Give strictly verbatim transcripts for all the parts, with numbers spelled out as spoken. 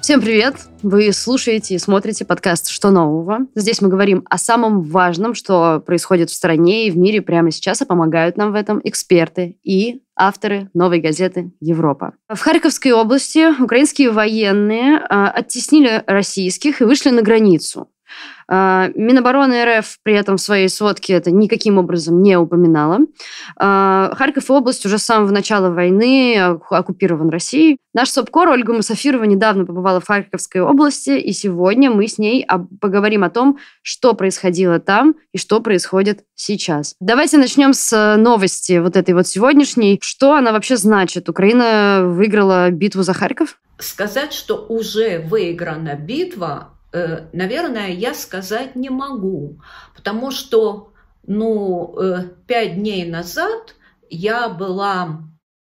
Всем привет! Вы слушаете и смотрите подкаст «Что нового?». Здесь мы говорим о самом важном, что происходит в стране и в мире прямо сейчас, и помогают нам в этом эксперты и авторы новой газеты «Европа». В Харьковской области украинские военные а, оттеснили российских и вышли на границу. А, Минобороны РФ при этом в своей сводке это никаким образом не упоминала. А, Харьков и область уже с самого начала войны оккупирован Россией. Наш СОБКОР Ольга Мусафирова недавно побывала в Харьковской области, и сегодня мы с ней поговорим о том, что происходило там и что происходит сейчас. Давайте начнем с новости вот этой вот сегодняшней. Что она вообще значит? Украина выиграла битву за Харьков? Сказать, что уже выиграна битва, наверное, я сказать не могу, потому что, ну, пять дней назад я была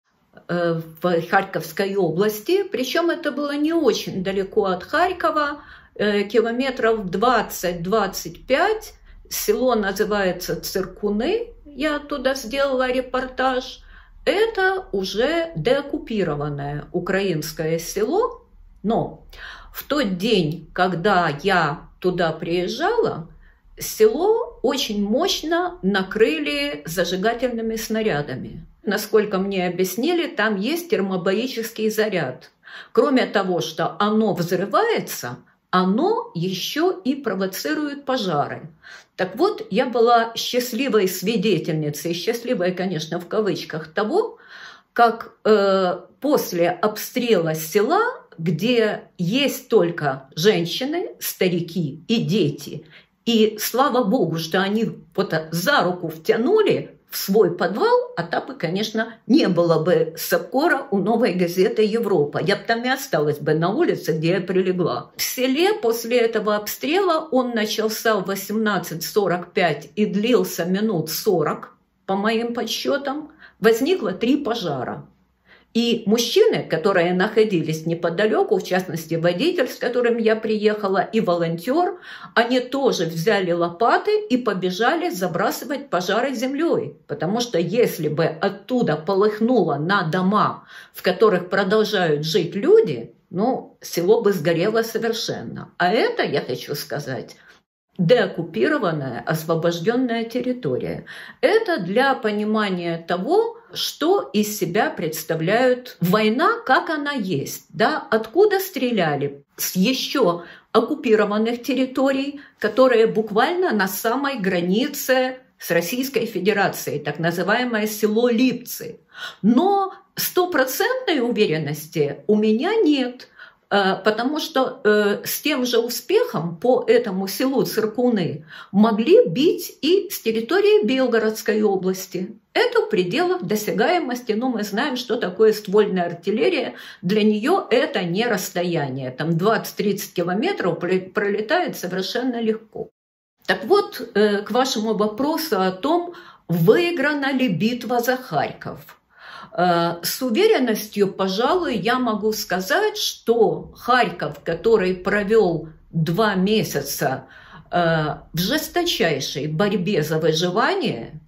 в Харьковской области, причем это было не очень далеко от Харькова, километров двадцать-двадцать пять, село называется Циркуны, я оттуда сделала репортаж, это уже деоккупированное украинское село, но в тот день, когда я туда приезжала, село очень мощно накрыли зажигательными снарядами. Насколько мне объяснили, там есть термобарический заряд. Кроме того, что оно взрывается, оно еще и провоцирует пожары. Так вот, я была счастливой свидетельницей, счастливой, конечно, в кавычках, того, как э, после обстрела села, где есть только женщины, старики и дети. И слава богу, что они вот за руку втянули в свой подвал, а там бы, конечно, не было бы СОБКОРа у новой газеты «Европа». Я бы там и осталась бы на улице, где я прилегла. В селе после этого обстрела он начался в восемнадцать сорок пять и длился минут сорок, по моим подсчетам, возникло три пожара. И мужчины, которые находились неподалеку, в частности водитель, с которым я приехала, и волонтер, они тоже взяли лопаты и побежали забрасывать пожары землей. Потому что если бы оттуда полыхнуло на дома, в которых продолжают жить люди, ну, село бы сгорело совершенно. А это, я хочу сказать, деоккупированная, освобожденная территория. Это для понимания того, что из себя представляет война, как она есть, да, откуда стреляли с еще оккупированных территорий, которые буквально на самой границе с Российской Федерацией, так называемое село Липцы. Но стопроцентной уверенности у меня нет, потому что э, с тем же успехом по этому селу Циркуны могли бить и с территории Белгородской области. Это в пределах досягаемости, но мы знаем, что такое ствольная артиллерия. Для нее это не расстояние. Там двадцать-тридцать километров пролетает совершенно легко. Так вот, э, к вашему вопросу о том, выиграна ли битва за Харьков. С уверенностью, пожалуй, я могу сказать, что Харьков, который провел два месяца в жесточайшей борьбе за выживание,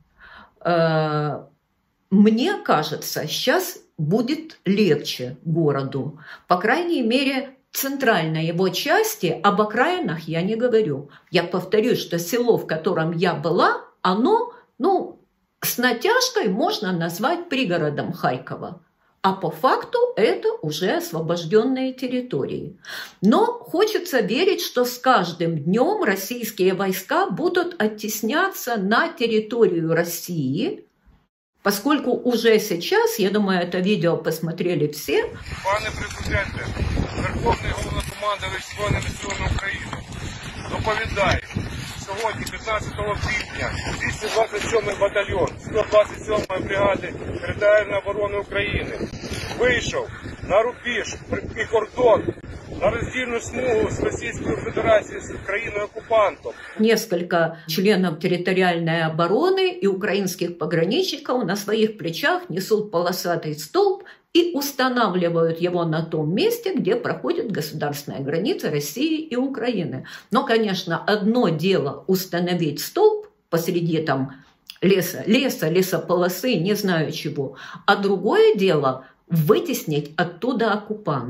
мне кажется, сейчас будет легче городу. По крайней мере, центральной его части, об окраинах я не говорю. Я повторюсь, что село, в котором я была, оно, ну, с натяжкой можно назвать пригородом Харькова, а по факту это уже освобожденные территории. Но хочется верить, что с каждым днем российские войска будут оттесняться на территорию России, поскольку уже сейчас, я думаю, это видео посмотрели все. Пане президенте, Верховний Головнокомандувач Збройними силами України доповідає. Сьогодні, п'ятнадцятого квітня, двісті двадцять сьомий батальйон сто двадцять сьомої бригади територіальної оборони України вийшов на рубіж і кордон, на роздільну смугу з Російською Федерацією, з країною-оккупантом. Несколько членов территориальной обороны и украинских пограничников на своих плечах несут полосатый столб и устанавливают его на том месте, где проходит государственная граница России и Украины. Но, конечно, одно дело установить столб посреди там леса, леса, лесополосы, не знаю чего, а другое дело вытеснить оттуда оккупанта.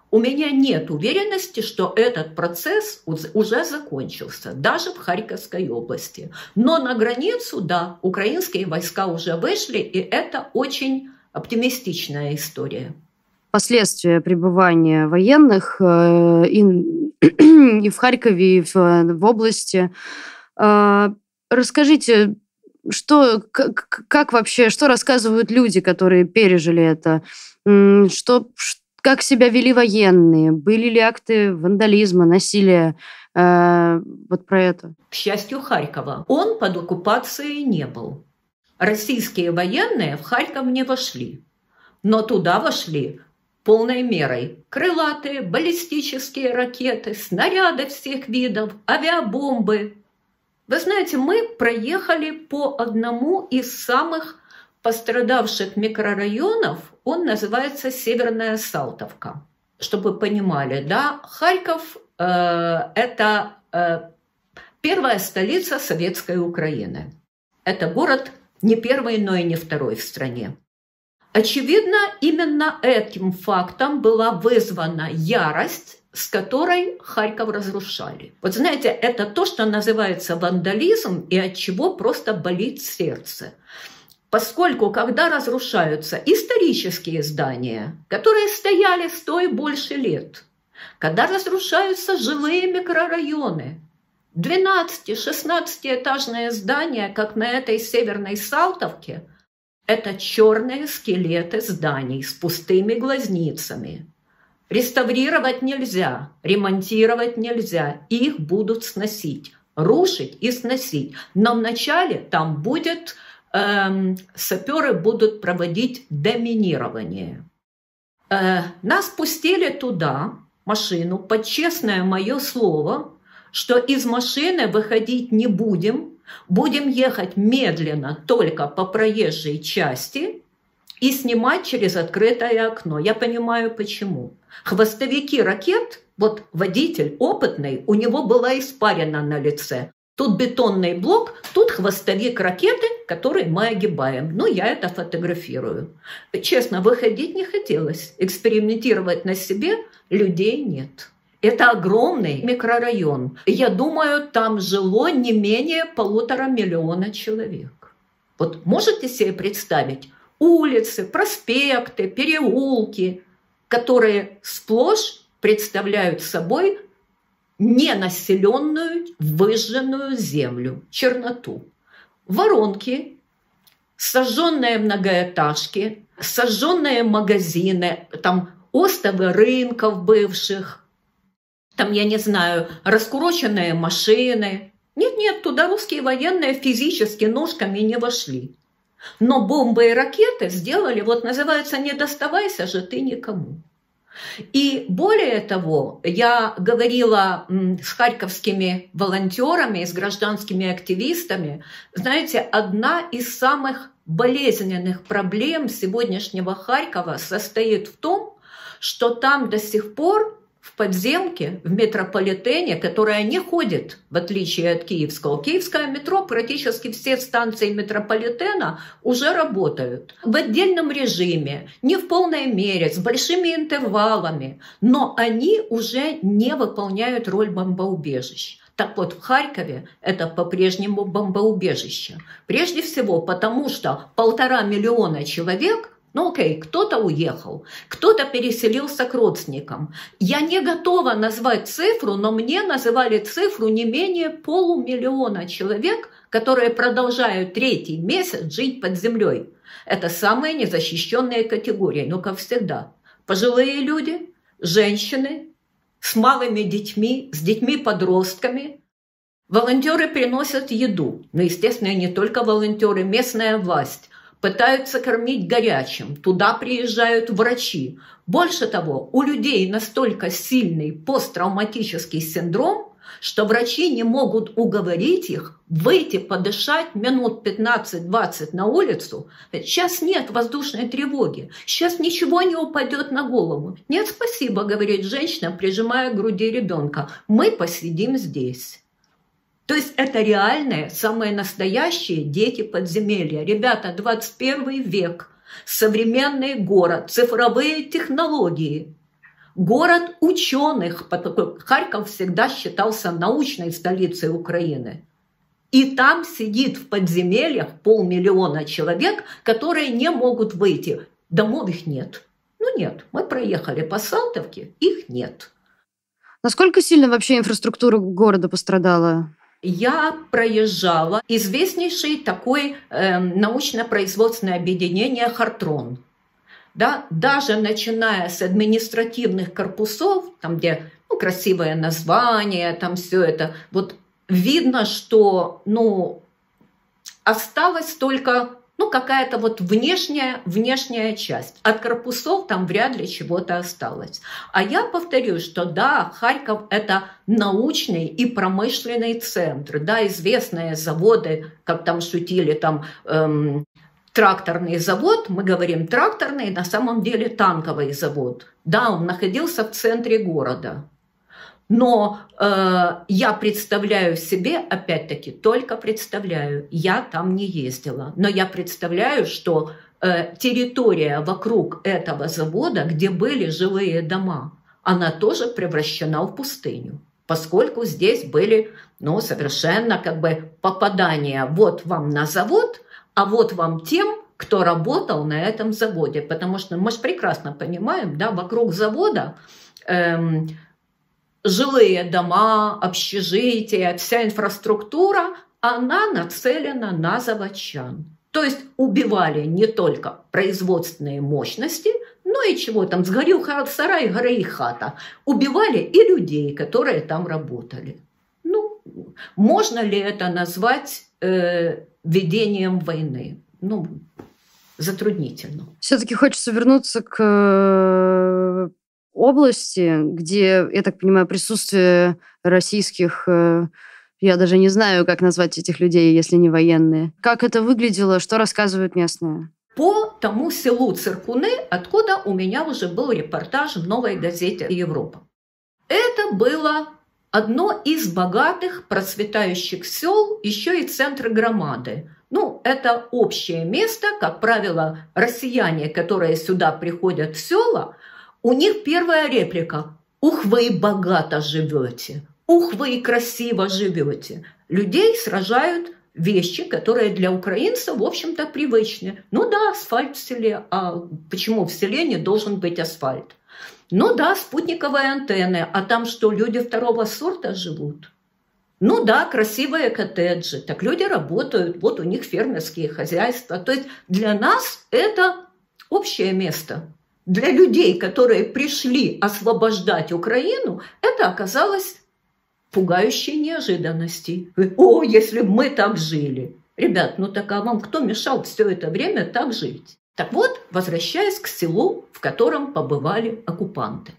у меня нет уверенности, что этот процесс уже закончился, даже в Харьковской области. Но на границу, да, украинские войска уже вышли, и это очень оптимистичная история. Последствия пребывания военных э, и, и в Харькове, и в, в области. Э, расскажите, что, как, как вообще, что рассказывают люди, которые пережили это? Что, как себя вели военные? Были ли акты вандализма, насилия? Э, вот про это. К счастью Харькова, он под оккупацией не был. Российские военные в Харьков не вошли, но туда вошли полной мерой крылатые, баллистические ракеты, снаряды всех видов, авиабомбы. Вы знаете, мы проехали по одному из самых пострадавших микрорайонов, он называется Северная Салтовка. Чтобы вы понимали, да, Харьков э, – это э, первая столица советской Украины. Это город не первый, но и не второй в стране. Очевидно, именно этим фактом была вызвана ярость, с которой Харьков разрушали. Вот знаете, это то, что называется вандализм, и от чего просто болит сердце. Поскольку, когда разрушаются исторические здания, которые стояли сто и больше лет, когда разрушаются жилые микрорайоны, двенадцати-шестнадцатиэтажные здания, как на этой Северной Салтовке, это черные скелеты зданий с пустыми глазницами. Реставрировать нельзя, ремонтировать нельзя, их будут сносить, рушить и сносить. Но вначале там будет, эм, саперы будут проводить деминирование. Э, нас пустили туда, машину, под честное мое слово, что из машины выходить не будем, будем ехать медленно только по проезжей части и снимать через открытое окно. Я понимаю, почему. Хвостовики ракет, вот водитель опытный, у него была испарина на лице. Тут бетонный блок, тут хвостовик ракеты, который мы огибаем. Ну, я это фотографирую. Честно, выходить не хотелось. Экспериментировать на себе людей нет. Это огромный микрорайон. Я думаю, там жило не менее полутора миллиона человек. Вот можете себе представить улицы, проспекты, переулки, которые сплошь представляют собой ненаселенную, выжженную землю, черноту. Воронки, сожженные многоэтажки, сожженные магазины, там остовы рынков бывших, там, я не знаю, раскуроченные машины. Нет-нет, туда русские военные физически ножками не вошли. Но бомбы и ракеты сделали, вот называется, не доставайся же ты никому. И более того, я говорила с харьковскими волонтерами, с гражданскими активистами. Знаете, одна из самых болезненных проблем сегодняшнего Харькова состоит в том, что там до сих пор в подземке, в метрополитене, которая не ходит, в отличие от киевского. Киевское метро, практически все станции метрополитена уже работают. В отдельном режиме, не в полной мере, с большими интервалами, но они уже не выполняют роль бомбоубежищ. Так вот, в Харькове это по-прежнему бомбоубежище. Прежде всего потому, что полтора миллиона человек. Ну окей, кто-то уехал, кто-то переселился к родственникам. Я не готова назвать цифру, но мне называли цифру не менее полумиллиона человек, которые продолжают третий месяц жить под землей. Это самые незащищенные категории, но как всегда. Пожилые люди, женщины с малыми детьми, с детьми-подростками. Волонтеры приносят еду. Ну, естественно, не только волонтеры, местная власть. Пытаются кормить горячим, туда приезжают врачи. Больше того, у людей настолько сильный посттравматический синдром, что врачи не могут уговорить их выйти подышать минут пятнадцать-двадцать на улицу. Сейчас нет воздушной тревоги, сейчас ничего не упадет на голову. Нет, спасибо, говорит женщина, прижимая к груди ребенка. Мы посидим здесь. То есть это реальные, самые настоящие дети подземелья. Ребята, двадцать первый век, современный город, цифровые технологии. город ученых. Харьков всегда считался научной столицей Украины. И там сидит в подземельях полмиллиона человек, которые не могут выйти. Домов их нет. Ну нет, мы проехали по Салтовке, их нет. Насколько сильно вообще инфраструктура города пострадала? Я проезжала известнейший такой э, научно-производственное объединение «Хартрон». Да, даже начиная с административных корпусов, там где ну, красивое название, там все это, вот видно, что ну, осталось только ну, какая-то вот внешняя, внешняя часть. От корпусов там вряд ли чего-то осталось. А я повторю, что да, Харьков – это научный и промышленный центр. Да, известные заводы, как там шутили, там эм, тракторный завод, мы говорим тракторный, на самом деле танковый завод. Да, он находился в центре города. Но э, я представляю себе, опять-таки, только представляю, я там не ездила, но я представляю, что э, территория вокруг этого завода, где были жилые дома, она тоже превращена в пустыню, поскольку здесь были ну, совершенно как бы попадания вот вам на завод, а вот вам тем, кто работал на этом заводе. Потому что мы же прекрасно понимаем, да, вокруг завода эм, жилые дома, общежития, вся инфраструктура, она нацелена на заводчан. То есть убивали не только производственные мощности, но и чего там, сгорел сарай, гори хата. Убивали и людей, которые там работали. Ну, можно ли это назвать э, ведением войны? Ну, затруднительно. Все-таки хочется вернуться к области, где, я так понимаю, присутствие российских, я даже не знаю, как назвать этих людей, если не военные. Как это выглядело, что рассказывают местные? По тому селу Циркуны, откуда у меня уже был репортаж в «Новой газете Европа». Это было одно из богатых процветающих сел, еще и центр громады. Ну, это общее место, как правило, россияне, которые сюда приходят в села, у них первая реплика: «Ух, вы и богато живете! Ух, вы и красиво живете!» Людей сражают вещи, которые для украинцев, в общем-то, привычны. Ну да, асфальт в селе. А почему в селе не должен быть асфальт? Ну да, спутниковые антенны. А там что, люди второго сорта живут? Ну да, красивые коттеджи. Так люди работают, вот у них фермерские хозяйства. То есть для нас это общее место. Для людей, которые пришли освобождать Украину, это оказалось пугающей неожиданностью. О, если бы мы так жили. Ребят, ну так а вам кто мешал все это время так жить? Так вот, возвращаясь к селу, в котором побывали оккупанты.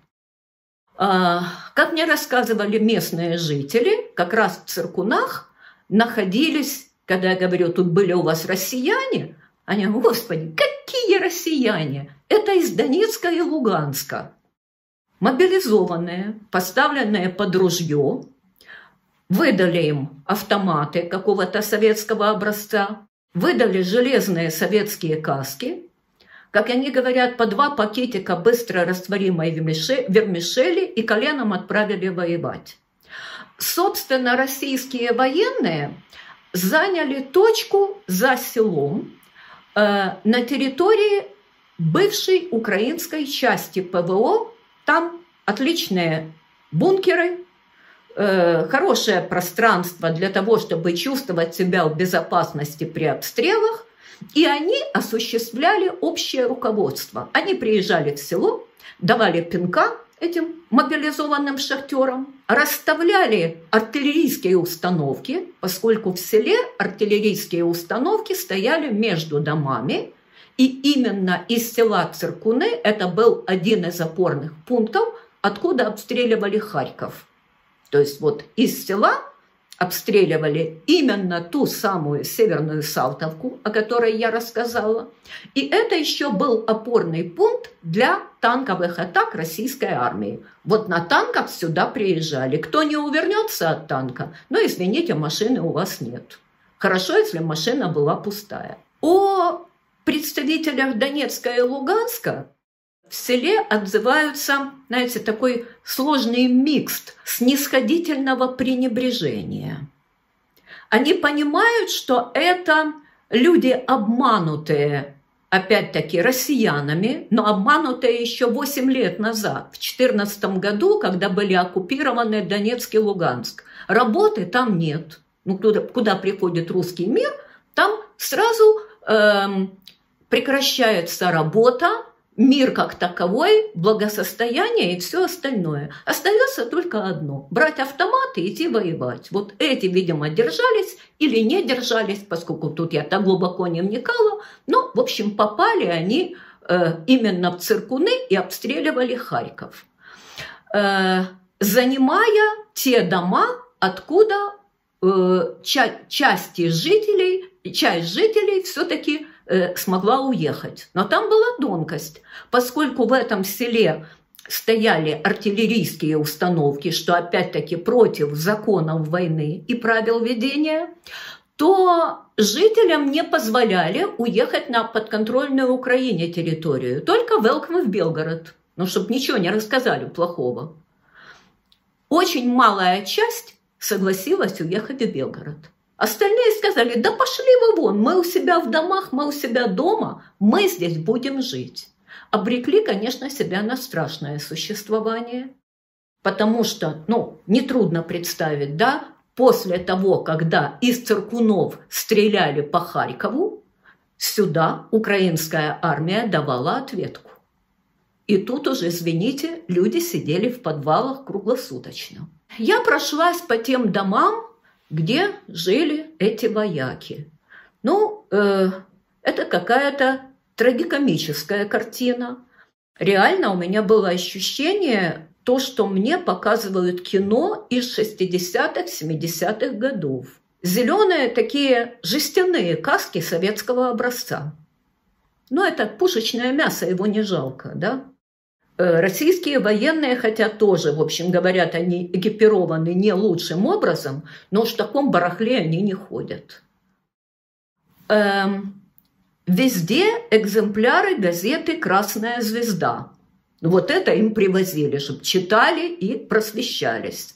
А, как мне рассказывали местные жители, как раз в Циркунах находились, когда я говорю, тут были у вас россияне, они говорят: господи, какие россияне? Это из Донецка и Луганска. Мобилизованные, поставленные под ружье, выдали им автоматы какого-то советского образца, выдали железные советские каски, как они говорят, по два пакетика быстро растворимой вермишели и коленом отправили воевать. Собственно, российские военные заняли точку за селом э, на территории бывшей украинской части ПВО. Там отличные бункеры, э, хорошее пространство для того, чтобы чувствовать себя в безопасности при обстрелах. И они осуществляли общее руководство. Они приезжали в село, давали пинка этим мобилизованным шахтерам, расставляли артиллерийские установки, поскольку в селе артиллерийские установки стояли между домами. И именно из села Циркуны это был один из опорных пунктов, откуда обстреливали Харьков. То есть вот из села обстреливали именно ту самую Северную Салтовку, о которой я рассказала. И это еще был опорный пункт для танковых атак российской армии. Вот на танках сюда приезжали. Кто не увернется от танка, ну, извините, машины у вас нет. Хорошо, если машина была пустая. О представителях Донецка и Луганска В селе отзываются, знаете, такой сложный микс снисходительного пренебрежения. Они понимают, что это люди, обманутые, опять-таки, россиянами, но обманутые еще восемь лет назад, в две тысячи четырнадцатом году, когда были оккупированы Донецк и Луганск. Работы там нет. Ну, куда, куда приходит русский мир, там сразу эм, прекращается работа, мир как таковой, благосостояние и все остальное. Остается только одно – брать автоматы и идти воевать. Вот эти, видимо, держались или не держались, поскольку тут я так глубоко не вникала. Но, в общем, попали они э, именно в Циркуны и обстреливали Харьков, э, занимая те дома, откуда э, ча- части жителей, часть жителей все-таки смогла уехать. Но там была тонкость, поскольку в этом селе стояли артиллерийские установки, что опять-таки против законов войны и правил ведения, то жителям не позволяли уехать на подконтрольную Украине территорию, только welcome в Белгород, ну, чтобы ничего не рассказали плохого. Очень малая часть согласилась уехать в Белгород. Остальные сказали: да пошли вы вон, мы у себя в домах, мы у себя дома, мы здесь будем жить. Обрекли, конечно, себя на страшное существование, потому что, ну, нетрудно представить, да, после того, когда из Циркунов стреляли по Харькову, сюда украинская армия давала ответку. И тут уже, извините, люди сидели в подвалах круглосуточно. Я прошлась по тем домам, где жили эти вояки. Ну, э, это какая-то трагикомическая картина. Реально у меня было ощущение, то, что мне показывают кино из шестидесятых, семидесятых годов. Зеленые такие жестяные каски советского образца. Ну, это пушечное мясо, его не жалко, да? Российские военные, хотя тоже, в общем, говорят, они экипированы не лучшим образом, но в таком барахле они не ходят. Эм, везде экземпляры газеты «Красная звезда». Вот это им привозили, чтобы читали и просвещались.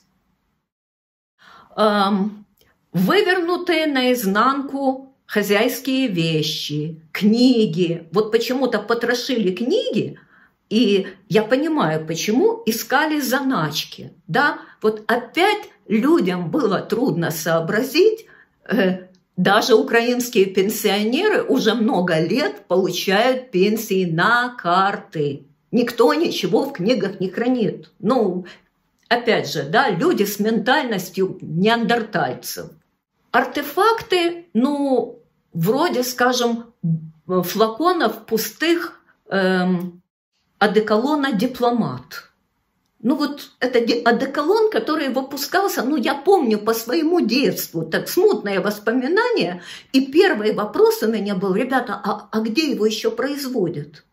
Эм, вывернутые наизнанку хозяйские вещи, книги. Вот почему-то потрошили книги. И я понимаю, почему искали заначки. Да? Вот опять людям было трудно сообразить, э, даже украинские пенсионеры уже много лет получают пенсии на карты. Никто ничего в книгах не хранит. Ну, опять же, да, люди с ментальностью неандертальцев. Артефакты, ну, вроде, скажем, флаконов пустых, эм, одеколона «Дипломат». Ну вот это одеколон, который выпускался, ну я помню по своему детству, так смутные воспоминания. И первый вопрос у меня был: ребята, а, а где его еще производят?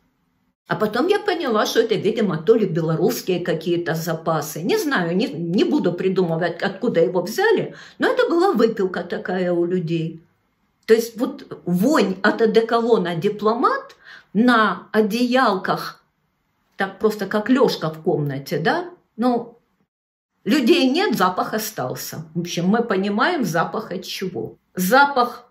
А потом я поняла, что это, видимо, то ли белорусские какие-то запасы. Не знаю, не, не буду придумывать, откуда его взяли, но это была выпилка такая у людей. То есть вот вонь от одеколона «Дипломат» на одеялках, так просто как лёжка в комнате, да? Ну, людей нет, запах остался. В общем, мы понимаем, запах от чего. Запах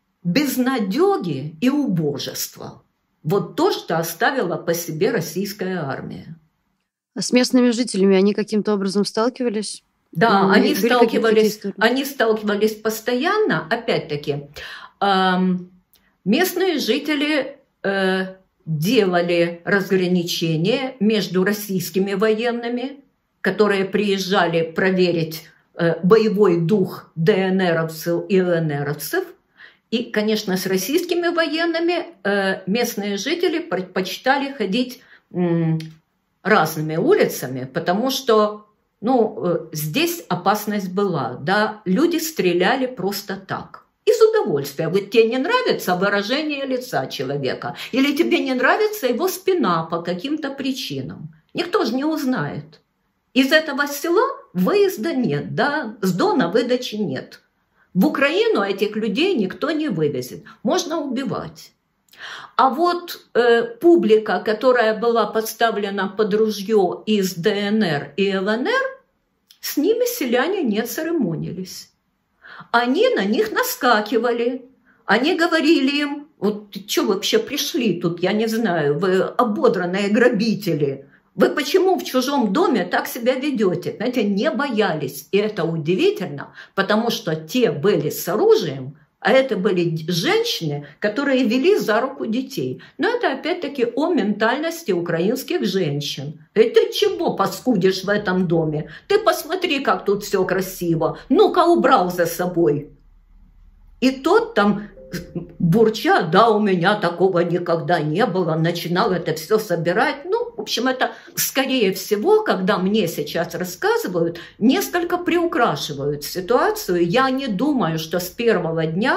безнадёги и убожества. Вот то, что оставила по себе российская армия. А с местными жителями они каким-то образом сталкивались? Да, ну, они сталкивались, они сталкивались постоянно. Опять-таки, эм, местные жители э, делали разграничение между российскими военными, которые приезжали проверить э, боевой дух ДНРовцев и ЛНРовцев, и, конечно, с российскими военными э, местные жители предпочитали ходить м, разными улицами, потому что ну, э, здесь опасность была. Да? Люди стреляли просто так, из удовольствия. Вот тебе не нравится выражение лица человека, или тебе не нравится его спина по каким-то причинам. Никто же не узнает. Из этого села выезда нет, да? С Дона выдачи нет. В Украину этих людей никто не вывезет. Можно убивать. А вот э, публика, которая была подставлена под ружье из ДНР и ЛНР, с ними селяне не церемонились. Они на них наскакивали. Они говорили им: вот что вообще пришли тут, я не знаю, вы ободранные грабители. Вы почему в чужом доме так себя ведете? Знаете, не боялись. И это удивительно, потому что те были с оружием, а это были женщины, которые вели за руку детей. Но это опять-таки о ментальности украинских женщин. И ты чего паскудишь в этом доме? Ты посмотри, как тут все красиво. Ну-ка, убрал за собой. И тот там, бурча: да, у меня такого никогда не было, начинал это все собирать. Ну, в общем, это, скорее всего, когда мне сейчас рассказывают, несколько приукрашивают ситуацию. Я не думаю, что с первого дня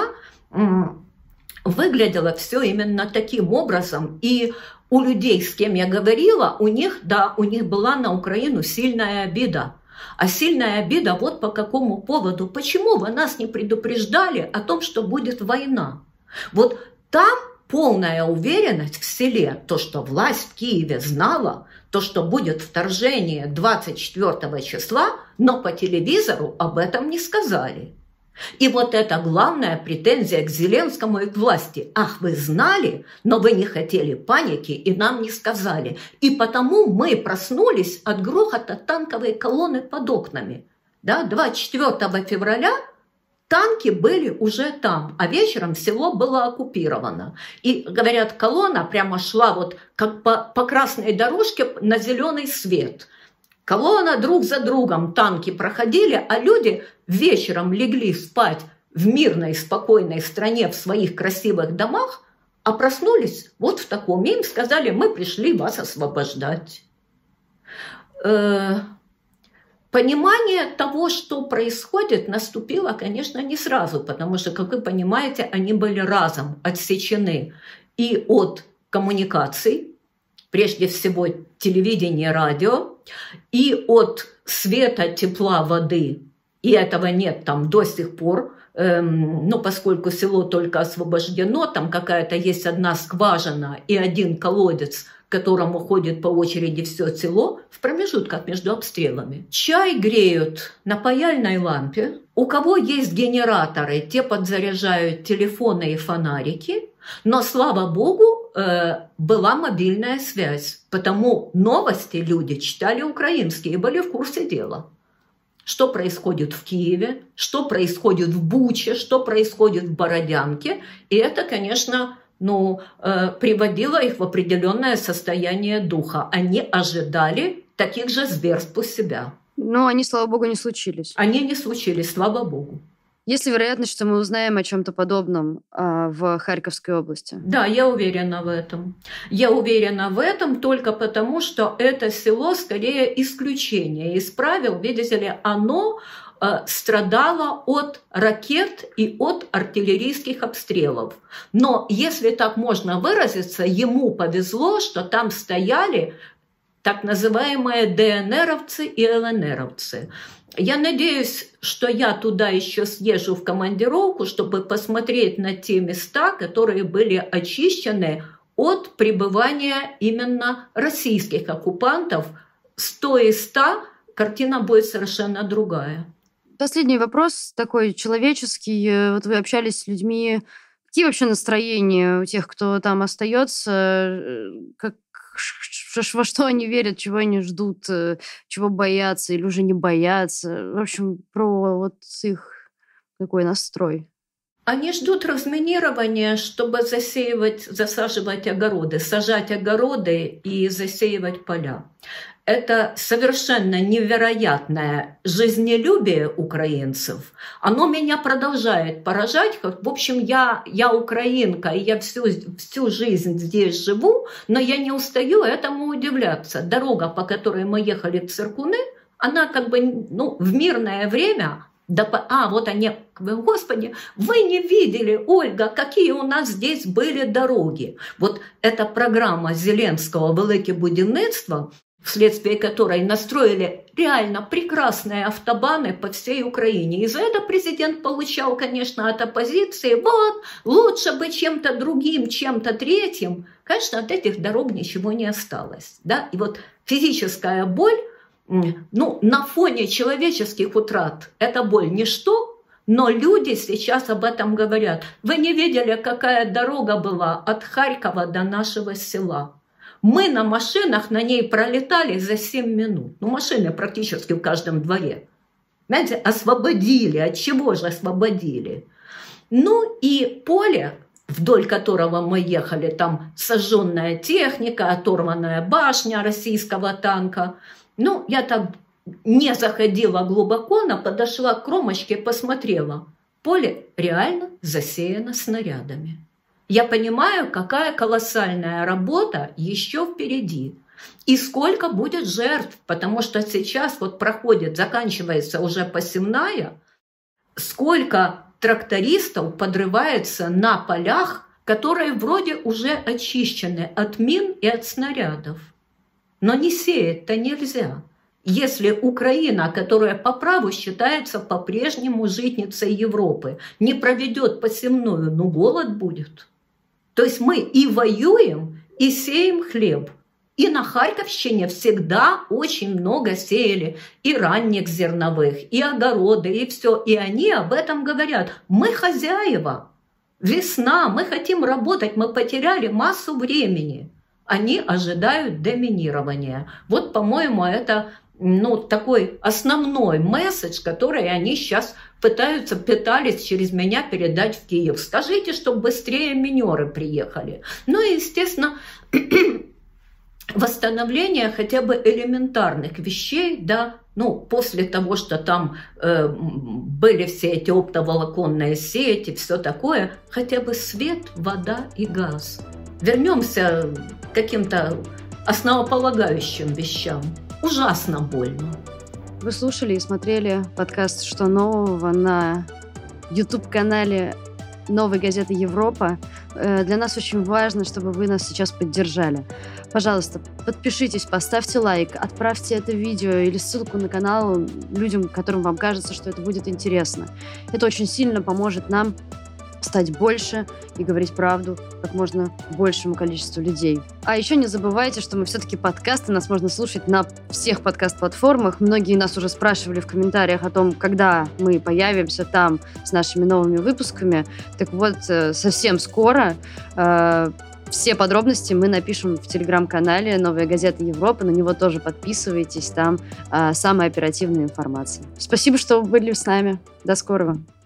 выглядело все именно таким образом. И у людей, с кем я говорила, у них, да, у них была на Украину сильная обида. А сильная обида вот по какому поводу. Почему вы нас не предупреждали о том, что будет война? Вот там полная уверенность в селе, то, что власть в Киеве знала, то, что будет вторжение двадцать четвёртого числа, но по телевизору об этом не сказали. И вот это главная претензия к Зеленскому и к власти. Ах, вы знали, но вы не хотели паники и нам не сказали. И потому мы проснулись от грохота танковой колонны под окнами. Да, двадцать четвёртого февраля танки были уже там, а вечером село было оккупировано. И, говорят, колонна прямо шла вот как по, по красной дорожке на зеленый свет. Колонна друг за другом, танки проходили, а люди вечером легли спать в мирной, спокойной стране, в своих красивых домах, а проснулись вот в таком. Им сказали: мы пришли вас освобождать. Э-э- понимание того, что происходит, наступило, конечно, не сразу, потому что, как вы понимаете, они были разом отсечены и от коммуникаций, прежде всего телевидения, радио, и от света, тепла, воды. И этого нет там до сих пор, эм, ну, поскольку село только освобождено, там какая-то есть одна скважина и один колодец, к которому ходит по очереди все село, в промежутках между обстрелами. Чай греют на паяльной лампе. У кого есть генераторы, те подзаряжают телефоны и фонарики. Но, слава богу, э, была мобильная связь. Потому новости люди читали украинские и были в курсе дела. Что происходит в Киеве, что происходит в Буче, что происходит в Бородянке. И это, конечно, ну, э, приводило их в определенное состояние духа. Они ожидали таких же зверств у себя. Но они, слава богу, не случились. Они не случились, слава богу. Есть ли вероятность, что мы узнаем о чем-то подобном а, в Харьковской области? Да, я уверена в этом. Я уверена в этом только потому, что это село скорее исключение из правил. Видите ли, оно э, страдало от ракет и от артиллерийских обстрелов. Но, если так можно выразиться, ему повезло, что там стояли так называемые ДНРовцы и ЛНРовцы. Я надеюсь, что я туда еще съезжу в командировку, чтобы посмотреть на те места, которые были очищены от пребывания именно российских оккупантов. Сто и ста картина будет совершенно другая. Последний вопрос такой человеческий. Вот вы общались с людьми. Какие вообще настроения у тех, кто там остается? Как во что они верят, чего они ждут, чего боятся или уже не боятся. В общем, про вот их какой настрой. Они ждут разминирования, чтобы засеивать, засаживать огороды, сажать огороды и засеивать поля. Это совершенно невероятное жизнелюбие украинцев. Оно меня продолжает поражать. В общем, я, я украинка, и я всю, всю жизнь здесь живу, но я не устаю этому удивляться. Дорога, по которой мы ехали в Циркуны, она как бы ну, в мирное время... Да, а, вот они, Господи, вы не видели, Ольга, какие у нас здесь были дороги. Вот эта программа Зеленского «Велике будівництво», вследствие которой настроили реально прекрасные автобаны по всей Украине. И за это президент получал, конечно, от оппозиции, вот, лучше бы чем-то другим, чем-то третьим. Конечно, от этих дорог ничего не осталось. Да? И вот физическая боль, ну, на фоне человеческих утрат, эта боль ничто, но люди сейчас об этом говорят. Вы не видели, какая дорога была от Харькова до нашего села? Мы на машинах на ней пролетали за семь минут. Ну, машины практически в каждом дворе. Знаете, освободили. От чего же освободили? Ну и поле, вдоль которого мы ехали, там сожженная техника, оторванная башня российского танка. Ну, я так не заходила глубоко, но подошла к кромочке, посмотрела. Поле реально засеяно снарядами. Я понимаю, какая колоссальная работа еще впереди. И сколько будет жертв, потому что сейчас вот проходит, заканчивается уже посевная, сколько трактористов подрывается на полях, которые вроде уже очищены от мин и от снарядов. Но не сеять-то нельзя. Если Украина, которая по праву считается по-прежнему житницей Европы, не проведет посевную, ну голод будет. То есть мы и воюем, и сеем хлеб. И на Харьковщине всегда очень много сеяли и ранних зерновых, и огороды, и все. И они об этом говорят. Мы хозяева. Весна, мы хотим работать, мы потеряли массу времени. Они ожидают доминирования. Вот, по-моему, это ну, такой основной месседж, который они сейчас пытаются, пытались через меня передать в Киев. Скажите, чтобы быстрее минеры приехали. Ну и, естественно, восстановление хотя бы элементарных вещей, да, ну, после того, что там э, были все эти оптоволоконные сети, все такое, хотя бы свет, вода и газ. Вернемся к каким-то основополагающим вещам. Ужасно больно. Вы слушали и смотрели подкаст «Что нового» на YouTube-канале «Новой газеты Европа». Для нас очень важно, чтобы вы нас сейчас поддержали. Пожалуйста, подпишитесь, поставьте лайк, отправьте это видео или ссылку на канал людям, которым вам кажется, что это будет интересно. Это очень сильно поможет нам стать больше и говорить правду как можно большему количеству людей. А еще не забывайте, что мы все-таки подкасты, нас можно слушать на всех подкаст-платформах. Многие нас уже спрашивали в комментариях о том, когда мы появимся там с нашими новыми выпусками. Так вот, совсем скоро э, все подробности мы напишем в телеграм-канале «Новая газета Европы». На него тоже подписывайтесь, там э, самая оперативная информация. Спасибо, что вы были с нами. До скорого.